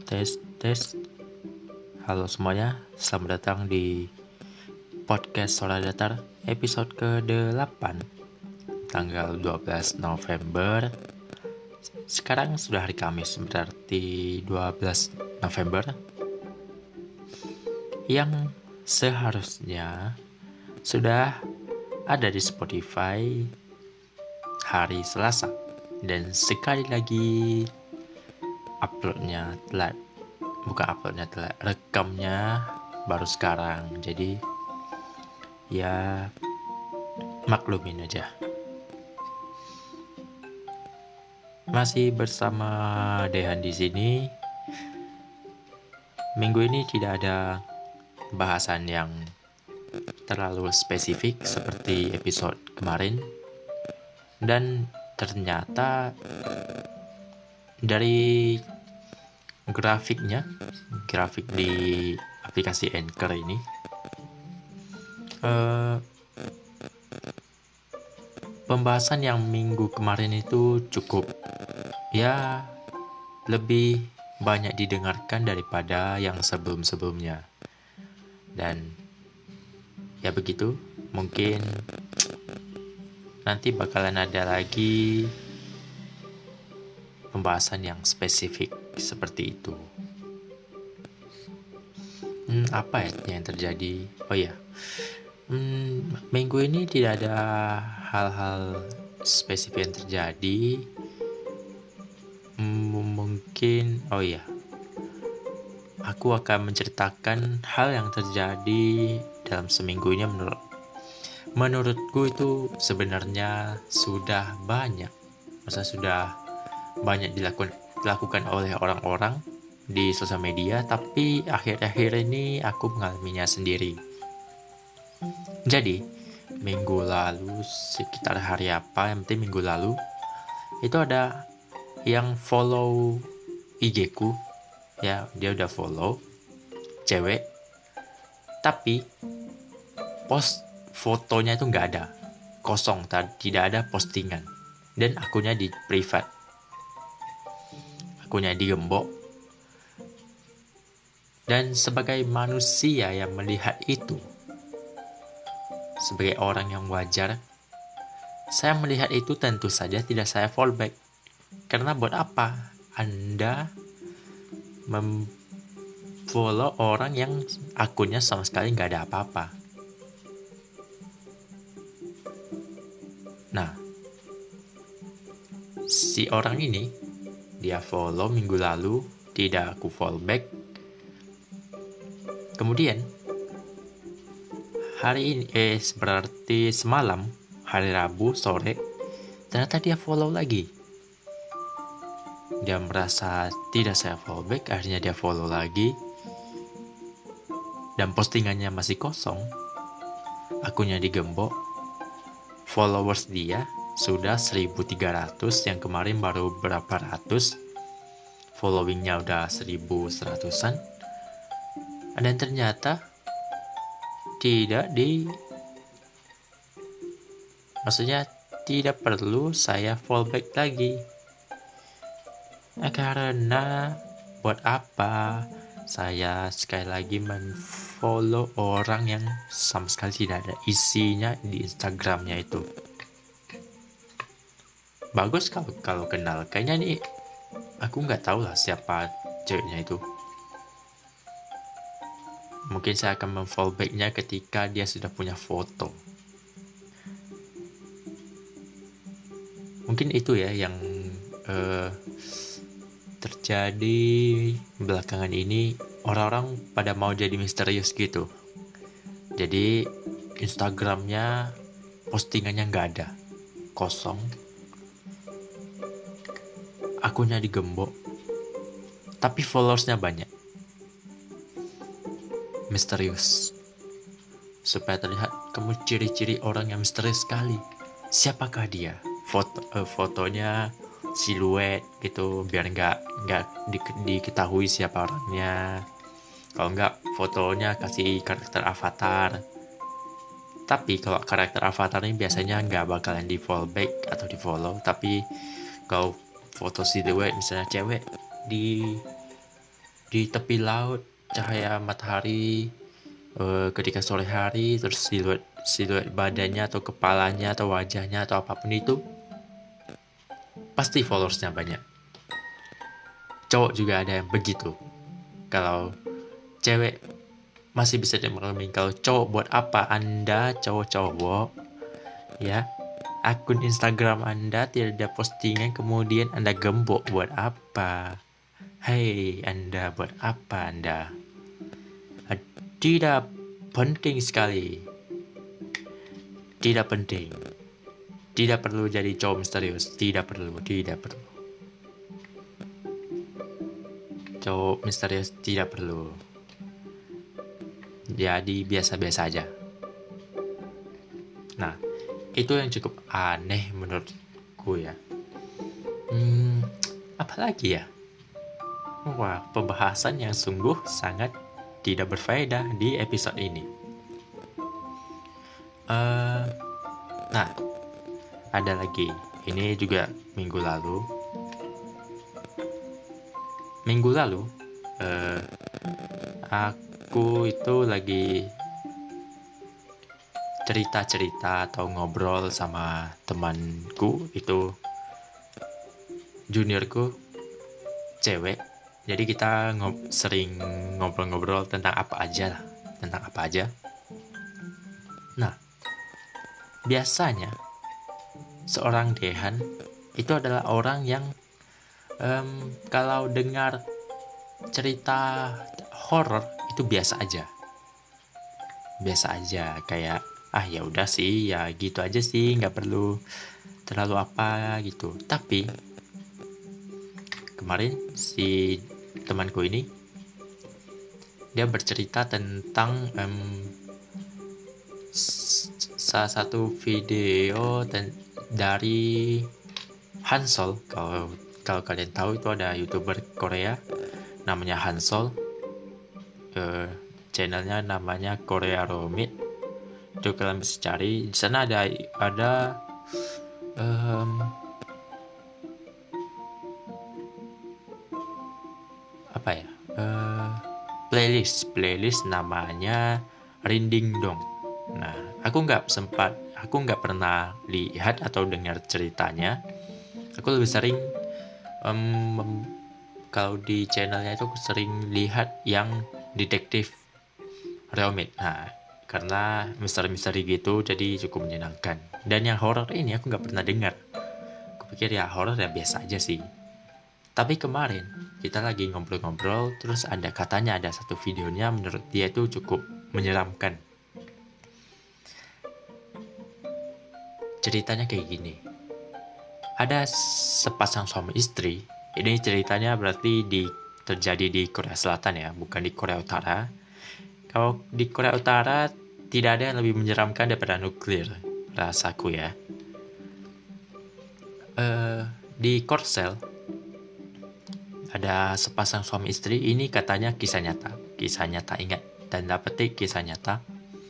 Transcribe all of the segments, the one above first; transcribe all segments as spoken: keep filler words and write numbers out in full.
Tes, tes. Halo semuanya, selamat datang di podcast Suara Datar episode kedelapan, tanggal dua belas November. Sekarang sudah hari Kamis, berarti dua belas November, yang seharusnya sudah ada di Spotify hari Selasa. Dan sekali lagi uploadnya telat, bukan uploadnya telat, rekamnya baru sekarang. Jadi ya maklumin aja. Masih bersama Dehan di sini. Minggu ini tidak ada bahasan yang terlalu spesifik seperti episode kemarin. Dan ternyata dari grafiknya, grafik di aplikasi Anchor ini, uh, pembahasan yang minggu kemarin itu cukup ya lebih banyak didengarkan daripada yang sebelum-sebelumnya. Dan ya begitu, mungkin nanti bakalan ada lagi pembahasan yang spesifik seperti itu. Hmm, apa ya yang terjadi? Oh ya, hmm, minggu ini tidak ada hal-hal spesifik yang terjadi. Hmm, mungkin, oh ya, aku akan menceritakan hal yang terjadi dalam seminggu ini. Menurut menurutku itu sebenarnya sudah banyak, masa sudah banyak dilakukan dilakukan oleh orang-orang di sosial media, tapi akhir-akhir ini aku mengalaminya sendiri. Jadi minggu lalu, sekitar hari apa, yang penting minggu lalu itu ada yang follow I G ku, ya dia udah follow, cewek, tapi post fotonya itu nggak ada, kosong, tidak ada postingan, dan akunnya di private, akunnya digembok. Dan sebagai manusia yang melihat itu, sebagai orang yang wajar, saya melihat itu tentu saja tidak saya follow back. Karena buat apa Anda memfollow orang yang akunnya sama sekali nggak ada apa-apa? Nah, si orang ini, dia follow minggu lalu, tidak aku follow back. Kemudian hari ini, eh berarti semalam, hari Rabu sore, ternyata dia follow lagi. Dia merasa tidak saya follow back, akhirnya dia follow lagi. Dan postingannya masih kosong, akunnya digembok. Followers dia sudah seribu tiga ratus, yang kemarin baru berapa ratus. Followingnya udah seribu seratusan. Dan ternyata tidak di maksudnya tidak perlu saya follow back lagi. Nah, karena buat apa saya sekali lagi men-follow orang yang sama sekali tidak ada isinya di Instagramnya itu. Bagus kalau kalau kenal, kayaknya nih aku nggak tahu lah siapa ceweknya itu. Mungkin saya akan men-follow back-nya ketika dia sudah punya foto. Mungkin itu ya yang uh, terjadi belakangan ini. Orang-orang pada mau jadi misterius gitu. Jadi Instagramnya postingannya nggak ada, kosong, akunnya digembok, tapi followersnya banyak. Misterius, supaya terlihat kamu ciri-ciri orang yang misterius sekali. Siapakah dia? Foto uh, fotonya siluet gitu, biar nggak nggak di, diketahui siapa orangnya. Kalau nggak, fotonya kasih karakter avatar. Tapi kalau karakter avatar ini biasanya nggak bakalan di follow back atau di follow. Tapi kalau foto siluet misalnya cewek, di di tepi laut, cahaya matahari uh, ketika sore hari, terus siluet siluet badannya atau kepalanya atau wajahnya atau apapun itu, pasti followersnya banyak. Cowok juga ada yang begitu. Kalau cewek masih bisa dimaklumi, kalau cowok buat apa Anda cowok-cowok ya, akun Instagram Anda tidak ada postingan kemudian Anda gembok buat apa? Hei Anda, buat apa Anda? Tidak penting sekali. Tidak penting. Tidak perlu jadi cowok misterius. Tidak perlu, tidak perlu. Cowok misterius tidak perlu. Jadi biasa-biasa aja. Nah, itu yang cukup aneh menurutku ya. Hmm, apalagi ya? Wah, pembahasan yang sungguh sangat tidak berfaedah di episode ini. Uh, nah, ada lagi. Ini juga minggu lalu. Minggu lalu, uh, aku itu lagi cerita-cerita atau ngobrol sama temanku, itu juniorku, cewek. Jadi kita ngob- sering ngobrol-ngobrol tentang apa aja lah, tentang apa aja. Nah, biasanya seorang Dehan itu adalah orang yang um, kalau dengar cerita horor itu biasa aja, biasa aja kayak ah ya udah sih, ya gitu aja sih, nggak perlu terlalu apa gitu. Tapi kemarin si temanku ini dia bercerita tentang um, salah satu video ten- dari Hansol. Kalau kalau kalian tahu, itu ada YouTuber Korea namanya Hansol. Uh, channelnya namanya Korea Romit. Itu kalian bisa cari. Di sana ada ada um, apa ya? Uh, playlist playlist namanya Rinding Dong. Nah, aku nggak sempat, aku nggak pernah lihat atau dengar ceritanya. Aku lebih sering um, kalau di channelnya itu aku sering lihat yang detektif Reomit. Nah, karena misteri-misteri gitu jadi cukup menyenangkan. Dan yang horor ini aku nggak pernah dengar. Aku pikir ya horor ya biasa aja sih. Tapi kemarin kita lagi ngobrol-ngobrol, terus ada katanya ada satu videonya menurut dia itu cukup menyeramkan. Ceritanya kayak gini. Ada sepasang suami istri. Ini ceritanya berarti di terjadi di Korea Selatan ya, bukan di Korea Utara. Kalau di Korea Utara tidak ada yang lebih menyeramkan daripada nuklir, rasaku ya. Uh, di Korsel ada sepasang suami istri. Ini katanya kisah nyata, kisah nyata, ingat, tanda petik kisah nyata.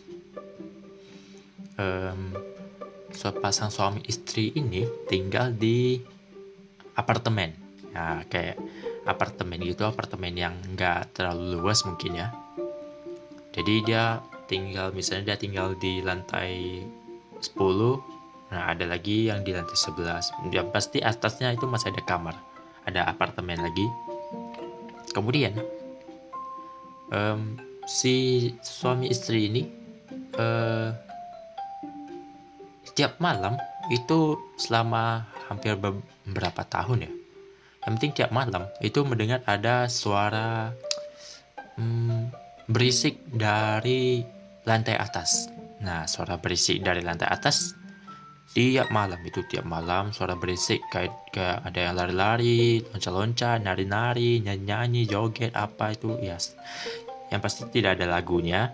Um, sepasang suami istri ini tinggal di apartemen, ya kayak apartemen gitu, apartemen yang nggak terlalu luas mungkin ya. Jadi dia tinggal, misalnya dia tinggal di lantai sepuluh, nah ada lagi yang di lantai sebelas. Dia pasti atasnya itu masih ada kamar, ada apartemen lagi. Kemudian um, si suami istri ini uh, setiap malam itu selama hampir beberapa tahun ya, yang penting tiap malam itu mendengar ada suara hmm, berisik dari lantai atas. Nah, suara berisik dari lantai atas tiap malam itu, tiap malam suara berisik kayak, kayak ada yang lari-lari, loncat-loncat, nari-nari, nyanyi-nyanyi, joget, apa itu ya, yes. Yang pasti tidak ada lagunya.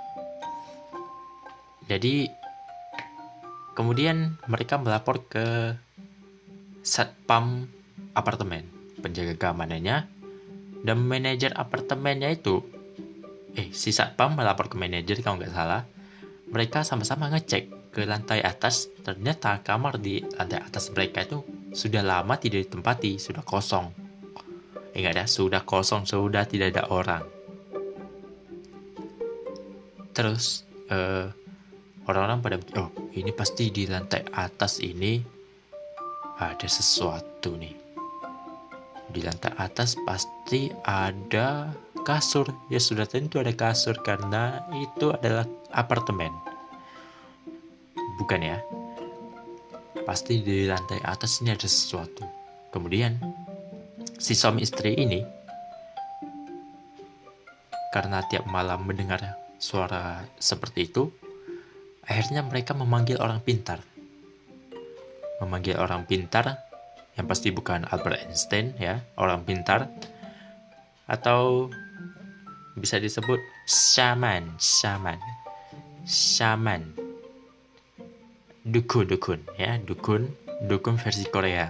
Jadi kemudian mereka melapor ke satpam apartemen, penjaga keamanannya, dan manajer apartemennya itu, eh si satpam melapor ke manajer kalau nggak salah. Mereka sama-sama ngecek ke lantai atas, ternyata kamar di lantai atas mereka itu sudah lama tidak ditempati, sudah kosong. Ingat ya, sudah kosong, sudah tidak ada orang. Terus uh, orang-orang pada, oh ini pasti di lantai atas ini ada sesuatu nih. Di lantai atas pasti ada kasur. Ya sudah tentu ada kasur karena itu adalah apartemen. Bukan ya? Pasti di lantai atas ini ada sesuatu. Kemudian si suami istri ini karena tiap malam mendengar suara seperti itu, akhirnya mereka memanggil orang pintar. Memanggil orang pintar yang pasti bukan Albert Einstein ya, orang pintar, atau bisa disebut shaman, shaman, shaman, dukun, dukun ya, dukun, dukun versi Korea.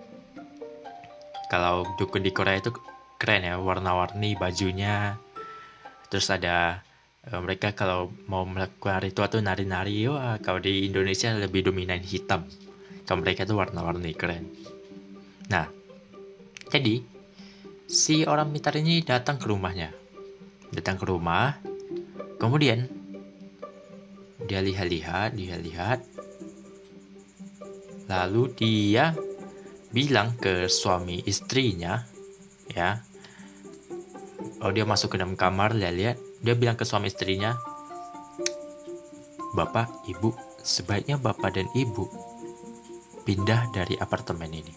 Kalau dukun di Korea itu keren ya, warna-warni bajunya. Terus ada e, mereka kalau mau melakukan ritual tuh nari-nari. Wah, kalau di Indonesia lebih dominan hitam. Kalau mereka tuh warna-warni keren. Nah, jadi si orang pintar ini datang ke rumahnya. Datang ke rumah. Kemudian dia lihat-lihat, dia lihat. Lalu dia bilang ke suami istrinya, ya, oh dia masuk ke dalam kamar, lihat-lihat, dia bilang ke suami istrinya, Bapak, Ibu, sebaiknya Bapak dan Ibu pindah dari apartemen ini.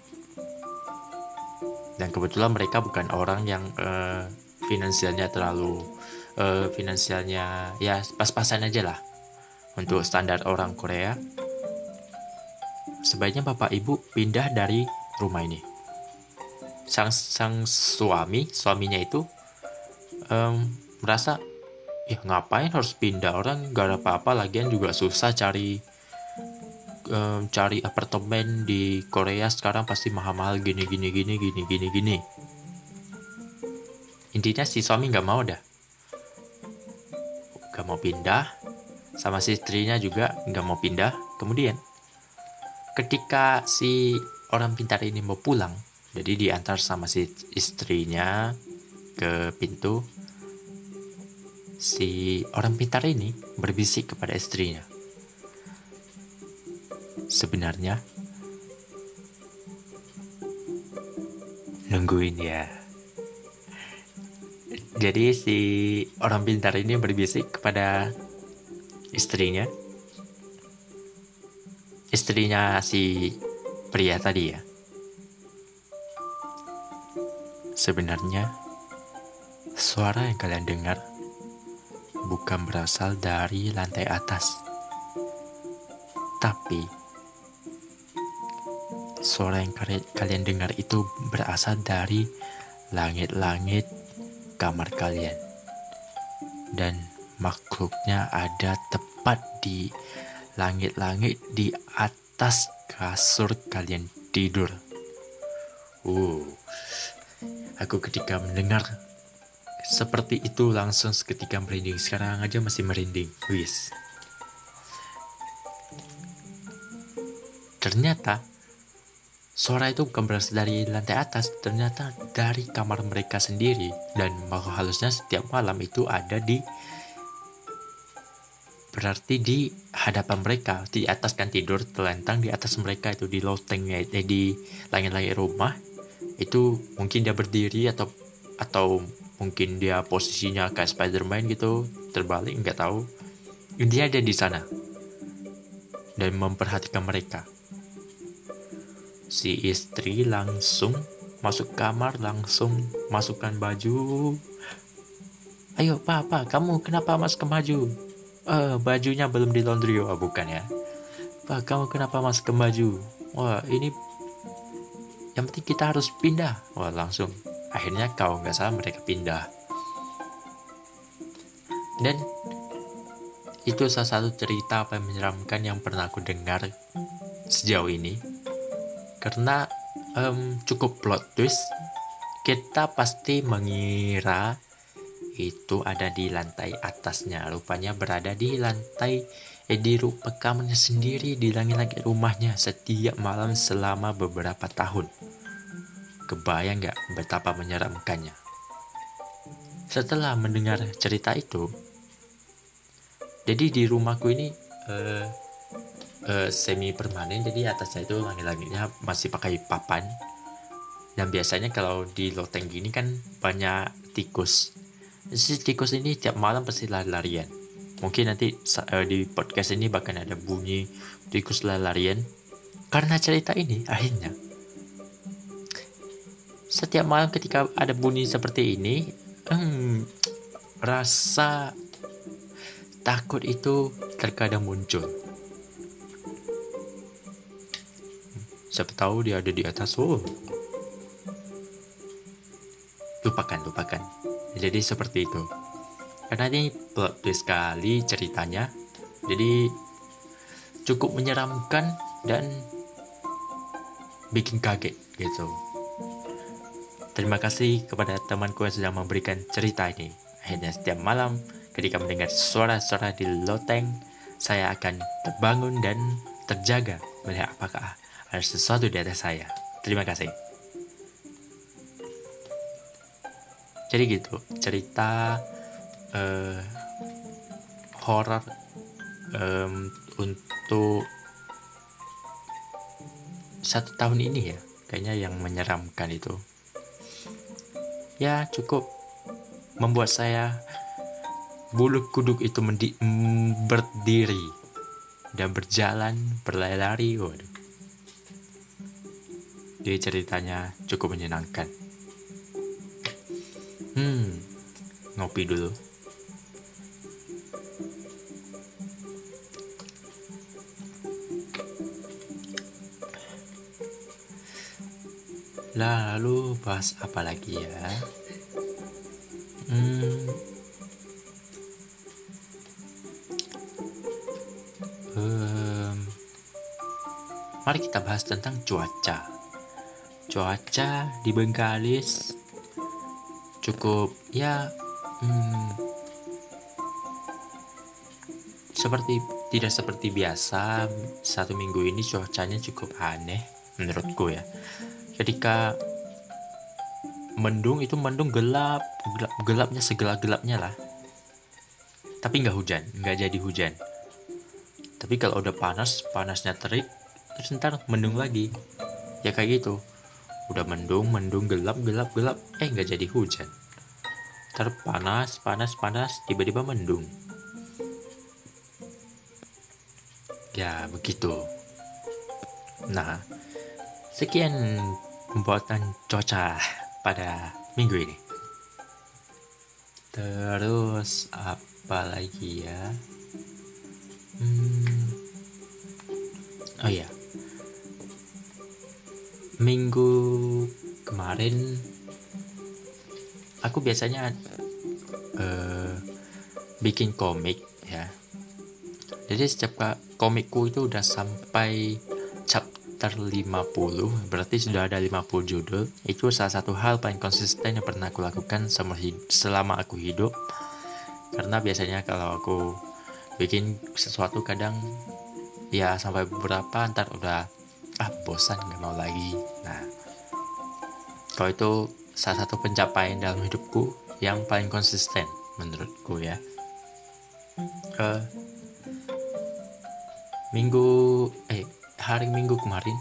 Dan kebetulan mereka bukan orang yang uh, finansialnya terlalu, uh, finansialnya ya pas-pasan aja lah untuk standar orang Korea. Sebaiknya Bapak Ibu pindah dari rumah ini. Sang sang suami, suaminya itu um, merasa, ya ngapain harus pindah, orang gak ada apa-apa, lagian juga susah cari um, cari apartemen di Korea sekarang pasti mahal-mahal gini gini gini gini gini gini. Intinya si suami nggak mau dah, nggak mau pindah, sama si istrinya juga nggak mau pindah. Kemudian ketika si orang pintar ini mau pulang, jadi diantar sama si istrinya ke pintu, si orang pintar ini berbisik kepada istrinya, sebenarnya nungguin ya. Jadi si orang pintar ini berbisik kepada istrinya, istrinya si pria tadi ya. Sebenarnya suara yang kalian dengar bukan berasal dari lantai atas, tapi suara yang kalian dengar itu berasal dari langit-langit kamar kalian. Dan makhluknya ada tepat di langit-langit di atas kasur kalian tidur. Uh, aku ketika mendengar seperti itu langsung seketika merinding. Sekarang aja masih merinding. Wis. Ternyata suara itu bukan berasal dari lantai atas, ternyata dari kamar mereka sendiri. Dan makhluk halusnya setiap malam itu ada di, berarti di hadapan mereka, di atas kan tidur telentang di atas mereka itu, di lotengnya, eh, di langit-langit rumah itu. Mungkin dia berdiri atau atau mungkin dia posisinya kayak Spider-Man gitu, terbalik, nggak tahu. Dia ada di sana dan memperhatikan mereka. Si istri langsung masuk kamar, langsung masukkan baju. Ayo pak, pak, kamu kenapa masuk ke baju? Uh, bajunya belum di laundry. Oh bukan ya. Pak, kamu kenapa masuk ke baju? Wah ini, yang penting kita harus pindah. Wah langsung. Akhirnya kalau nggak salah mereka pindah. Dan itu salah satu cerita apa yang menyeramkan yang pernah aku dengar sejauh ini. Karena um, cukup plot twist. Kita pasti mengira itu ada di lantai atasnya, rupanya berada di lantai eh, di rumah kamarnya sendiri, di langit-langit rumahnya setiap malam selama beberapa tahun. Kebayang gak betapa menyeramkannya? Setelah mendengar cerita itu, jadi di rumahku ini uh, uh, semi permanen, jadi atasnya itu langit-langitnya masih pakai papan. Dan biasanya kalau di loteng gini kan banyak tikus. Si tikus ini tiap malam pasti lari-larian. Mungkin nanti uh, di podcast ini bahkan ada bunyi tikus lari-larian. Karena cerita ini akhirnya setiap malam ketika ada bunyi seperti ini, hmm, rasa takut itu terkadang muncul. Siapa tahu dia ada di atas. Oh, lupakan, lupakan. Jadi seperti itu. Karena ini plot twist sekali ceritanya. Jadi cukup menyeramkan dan bikin kaget gitu. Terima kasih kepada temanku yang sudah memberikan cerita ini. Akhirnya setiap malam ketika mendengar suara-suara di loteng, saya akan terbangun dan terjaga melihat apakah ada sesuatu di atas saya. Terima kasih. Jadi gitu, cerita uh, horor um, untuk satu tahun ini ya, kayaknya yang menyeramkan itu. Ya cukup membuat saya bulu kuduk itu mendi- mm, berdiri dan berjalan berlari-lari. Waduh. Jadi ceritanya cukup menyenangkan. Hmm, ngopi dulu. Lalu bahas apa lagi ya? Hmm, um, mari kita bahas tentang cuaca. Cuaca di Bengkalis cukup ya hmm, seperti tidak seperti biasa. Satu minggu ini cuacanya cukup aneh menurutku ya. Ketika mendung itu mendung gelap, gelap gelapnya segelap-gelapnya lah. Tapi nggak hujan, nggak jadi hujan. Tapi kalau udah panas, panasnya terik, terus ntar mendung lagi. Ya kayak gitu. Udah mendung, mendung gelap, gelap, gelap, eh nggak jadi hujan. Ntar panas, panas, panas, tiba-tiba mendung. Ya begitu. Nah, sekian pembuatan cuaca pada minggu ini. Terus apa lagi ya? Hmm. Oh ya, minggu kemarin aku biasanya uh, bikin komik ya. Jadi setiap komikku itu udah sampai chapter lima puluh, berarti sudah ada lima puluh judul. Itu salah satu hal paling konsisten yang pernah aku lakukan selama aku hidup. Karena biasanya kalau aku bikin sesuatu kadang ya sampai beberapa ntar udah ah bosan gak mau lagi. Nah, kalau itu salah satu pencapaian dalam hidupku yang paling konsisten menurutku ya. Uh, minggu eh hari minggu kemarin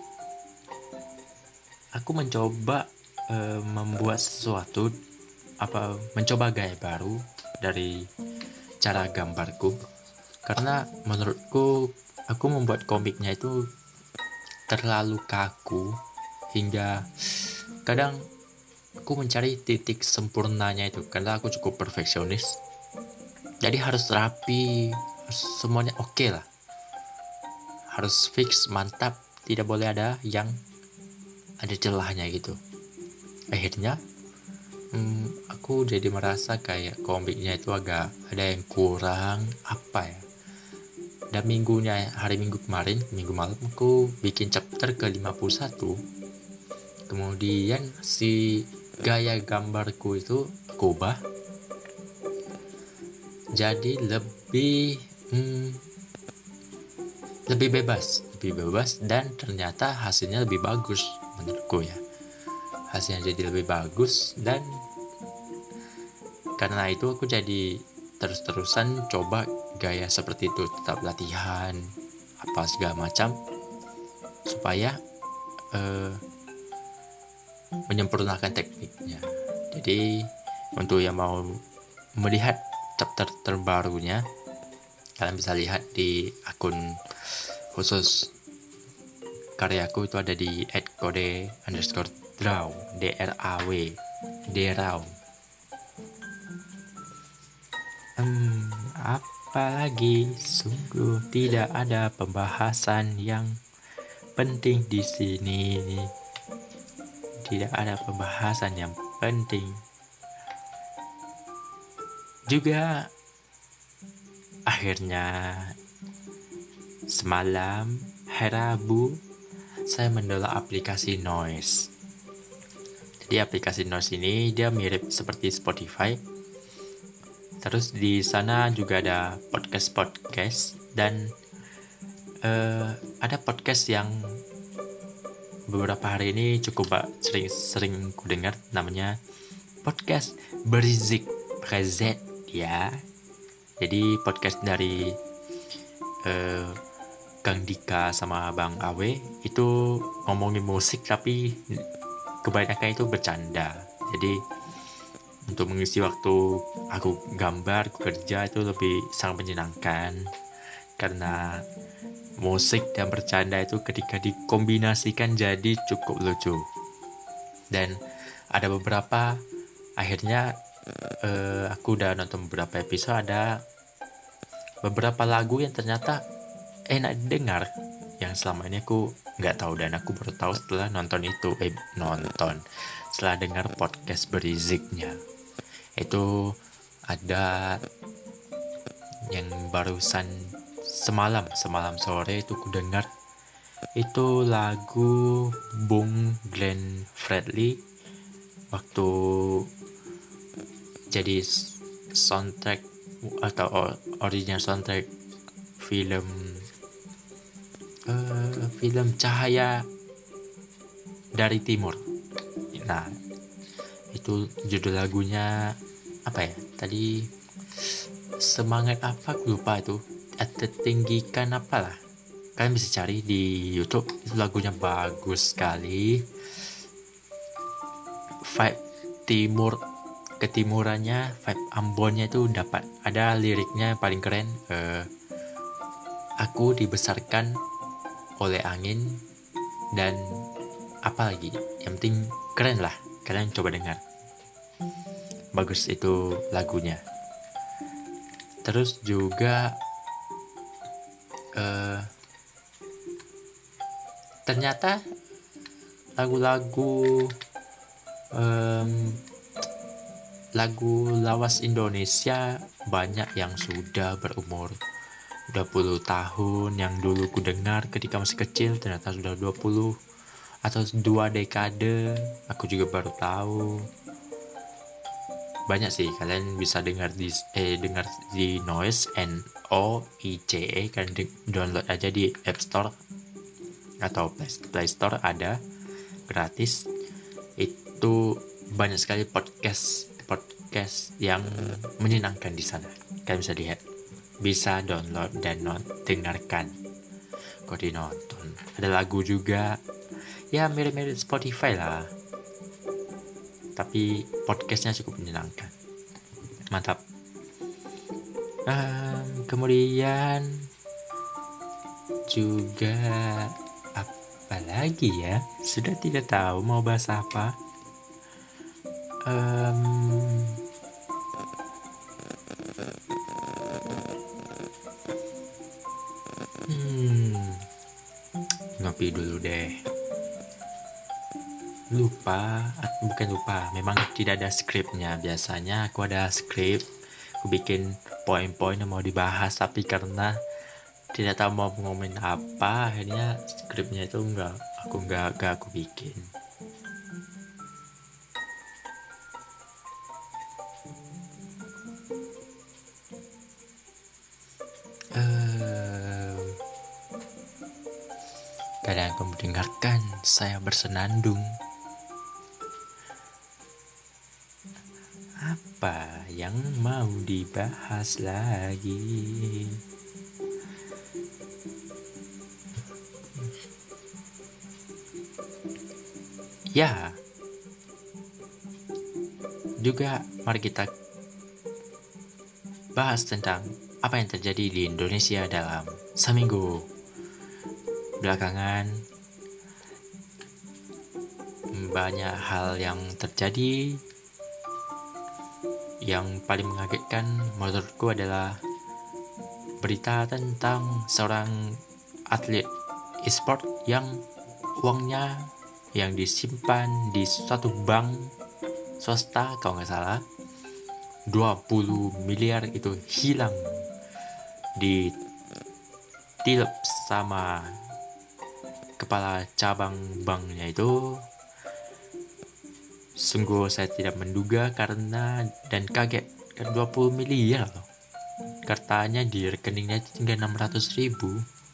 aku mencoba uh, membuat sesuatu apa mencoba gaya baru dari cara gambarku, karena menurutku aku membuat komiknya itu terlalu kaku hingga kadang aku mencari titik sempurnanya itu, karena aku cukup perfeksionis. Jadi harus rapi, harus semuanya oke okay lah, harus fix, mantap, tidak boleh ada yang ada celahnya gitu. Akhirnya hmm, aku jadi merasa kayak komiknya itu agak ada yang kurang apa ya. Dan minggunya, hari minggu kemarin, minggu malam aku bikin chapter ke lima puluh satu. Kemudian si gaya gambarku itu aku ubah jadi lebih hmm, lebih bebas, lebih bebas dan ternyata hasilnya lebih bagus menurutku ya. hasilnya jadi lebih bagus. Dan karena itu aku jadi terus-terusan coba gaya seperti itu, tetap latihan apa segala macam supaya eh, menyempurnakan tekniknya. Jadi untuk yang mau melihat chapter terbarunya, kalian bisa lihat di akun khusus karyaku, itu ada di at kode underscore draw, d r a w, draw. Hmm, apalagi sungguh tidak ada pembahasan yang penting di sini. Tidak ada pembahasan yang penting. Juga akhirnya semalam hari Rabu saya mendownload aplikasi Noise. Jadi aplikasi Noise ini dia mirip seperti Spotify. Terus di sana juga ada podcast-podcast dan uh, ada podcast yang beberapa hari ini cukup sering-sering ku dengar, namanya podcast Berisik Prezet ya. Jadi podcast dari uh, Kang Dika sama Bang Awe itu ngomongin musik tapi kebanyakan itu bercanda. Jadi untuk mengisi waktu aku gambar, aku kerja itu lebih sangat menyenangkan karena musik dan bercanda itu ketika dikombinasikan jadi cukup lucu. Dan ada beberapa akhirnya eh, aku udah nonton beberapa episode, ada beberapa lagu yang ternyata enak didengar yang selama ini aku nggak tahu, dan aku baru tahu setelah nonton itu eh nonton setelah dengar podcast Beriziknya. Itu ada yang barusan semalam semalam sore itu ku dengar, itu lagu Bung Glenn Fredly waktu jadi soundtrack atau original soundtrack film uh, film Cahaya dari Timur. Nah, itu judul lagunya apa ya tadi, semangat apa aku lupa, itu atau tinggikan apalah, kalian bisa cari di YouTube. Itu lagunya bagus sekali, vibe timur ketimurannya, vibe Ambonnya itu dapat. Ada liriknya yang paling keren, uh, aku dibesarkan oleh angin dan apa lagi, yang penting keren lah, kalian coba dengar, bagus itu lagunya. Terus juga uh, ternyata lagu-lagu um, lagu lawas Indonesia banyak yang sudah berumur dua puluh tahun, yang dulu ku dengar ketika masih kecil ternyata sudah dua puluh atau dua dekade, aku juga baru tahu. Banyak sih, kalian bisa dengar di eh dengar di Noise, N O I C E, kalian di- download aja di App Store atau Play, Play Store, ada gratis. Itu banyak sekali podcast podcast yang menyenangkan di sana. Kalian bisa lihat, bisa download dan not- dengarkan. Kok di nonton, ada lagu juga ya mirip-mirip Spotify lah, tapi podcastnya cukup menyenangkan, mantap. Um, kemudian juga apa lagi ya, sudah tidak tahu mau bahas apa. um, hmm, ngopi dulu deh. Lupa, bukan lupa, memang tidak ada skripnya. Biasanya aku ada skrip, aku bikin poin-poin yang mau dibahas, tapi karena tidak tahu mau ngomongin apa, akhirnya skripnya itu enggak aku enggak, enggak aku bikin. Um, kadang kamu dengarkan saya bersenandung Apa yang mau dibahas lagi? Ya, juga mari kita bahas tentang apa yang terjadi di Indonesia dalam seminggu belakangan. Banyak hal yang terjadi. Yang paling mengagetkan menurutku adalah berita tentang seorang atlet e-sport yang uangnya yang disimpan di suatu bank swasta kalau nggak salah dua puluh miliar itu hilang, ditilep sama kepala cabang banknya itu. Sungguh saya tidak menduga karena dan kaget kan dua puluh miliar loh. Katanya di rekeningnya tinggal enam ratus ribu.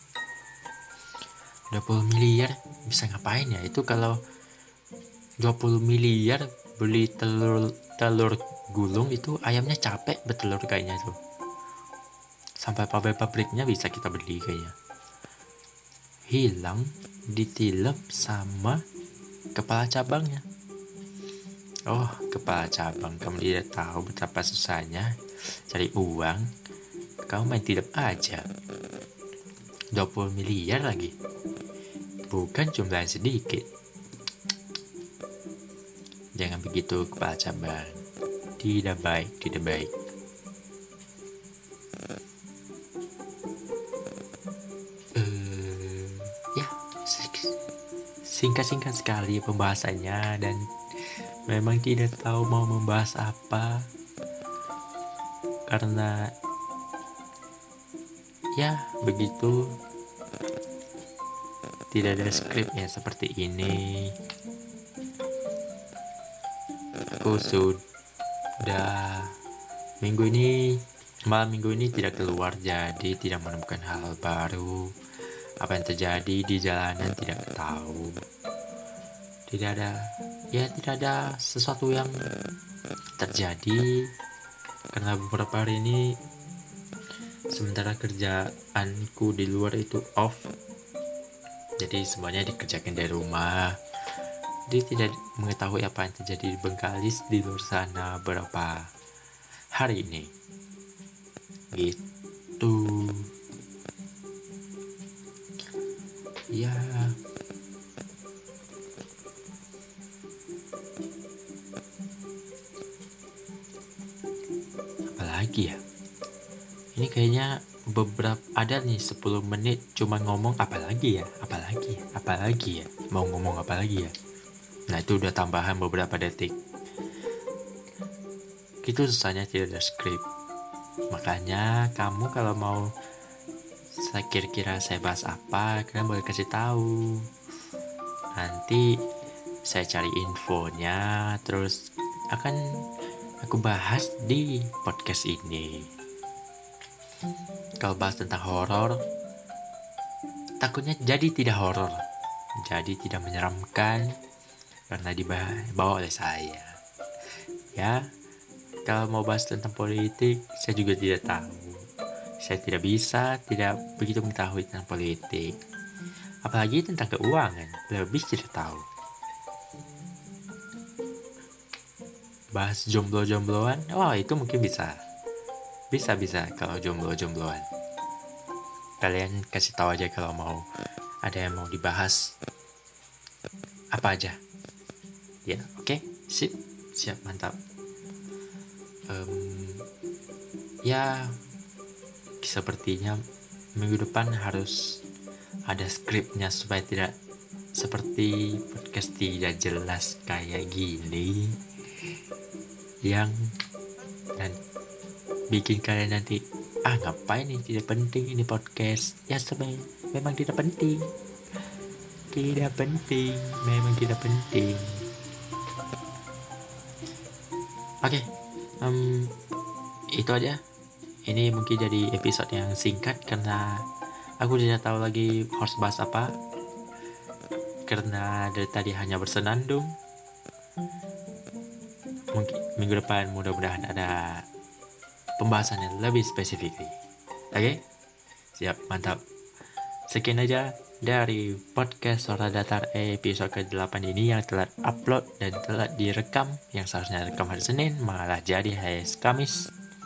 dua puluh miliar bisa ngapain ya? Itu kalau dua puluh miliar beli telur telur gulung itu ayamnya capek bertelur kayaknya tuh. Sampai pabrik-pabriknya bisa kita beli kayaknya. Hilang ditilep sama kepala cabangnya. Oh, kepala cabang, kamu tidak tahu betapa susahnya cari uang. Kamu main tilep aja. dua puluh miliar lagi. Bukan jumlah yang sedikit. Jangan begitu kepala cabang. Tidak baik, tidak baik. Uh, ya, singkat-singkat sekali pembahasannya dan memang tidak tahu mau membahas apa karena ya begitu, tidak ada skripnya seperti ini. Aku sudah minggu ini malam minggu ini tidak keluar, jadi tidak menemukan hal baru. Apa yang terjadi di jalanan tidak tahu. Tidak ada, ya tidak ada sesuatu yang terjadi karena beberapa hari ini sementara kerjaanku di luar itu off, jadi semuanya dikerjakan dari rumah. Jadi tidak mengetahui apa yang terjadi di Bengkalis di luar sana beberapa hari ini. Gitu. Ya. Apalagi ya? Ini kayaknya beberapa ada nih sepuluh menit cuma ngomong apalagi ya, apalagi ya, apalagi ya, mau ngomong apa lagi ya. Nah itu udah tambahan beberapa detik. Gitu susahnya tidak ada skrip. Makanya kamu kalau mau saya kira-kira saya bahas apa, kalian boleh kasih tahu. Nanti saya cari infonya, terus akan aku bahas di podcast ini. Kalau bahas tentang horor, takutnya jadi tidak horor, jadi tidak menyeramkan karena dibawa oleh saya. Ya, kalau mau bahas tentang politik, saya juga tidak tahu. Saya tidak bisa, tidak begitu mengetahui tentang politik. Apalagi tentang keuangan, lebih tidak tahu. Bahas jomblo-jombloan, oh itu mungkin bisa. Bisa-bisa kalau jomblo-jombloan. Kalian kasih tahu aja kalau mau ada yang mau dibahas apa aja. Ya, oke, okay? Sip, siap, mantap. Um, ya, sepertinya minggu depan harus ada skripnya supaya tidak seperti podcast tidak jelas kayak gini yang dan bikin kalian nanti ah ngapain ini, tidak penting ini podcast. Ya sebenarnya memang tidak penting, tidak penting, memang tidak penting. Oke, okay, um, itu aja. Ini mungkin jadi episode yang singkat karena aku tidak tahu lagi harus bahas apa. Karena dari tadi hanya bersenandung. mungkin minggu depan mudah-mudahan ada pembahasan yang lebih spesifik. Oke, siap, mantap. Sekian aja dari podcast Suara Datar episode ke delapan ini yang telah upload dan telah direkam, yang seharusnya rekam hari Senin malah jadi hari Kamis.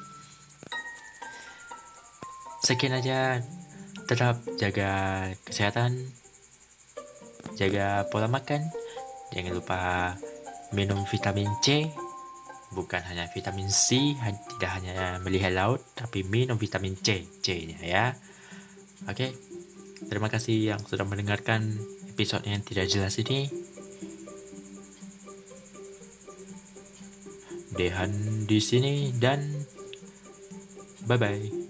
Sekian aja, tetap jaga kesehatan, jaga pola makan, jangan lupa minum vitamin C, bukan hanya vitamin C, tidak hanya melihat laut, tapi minum vitamin C, C-nya ya. Oke, terima kasih yang sudah mendengarkan episode yang tidak jelas ini. Dehan di sini dan bye-bye.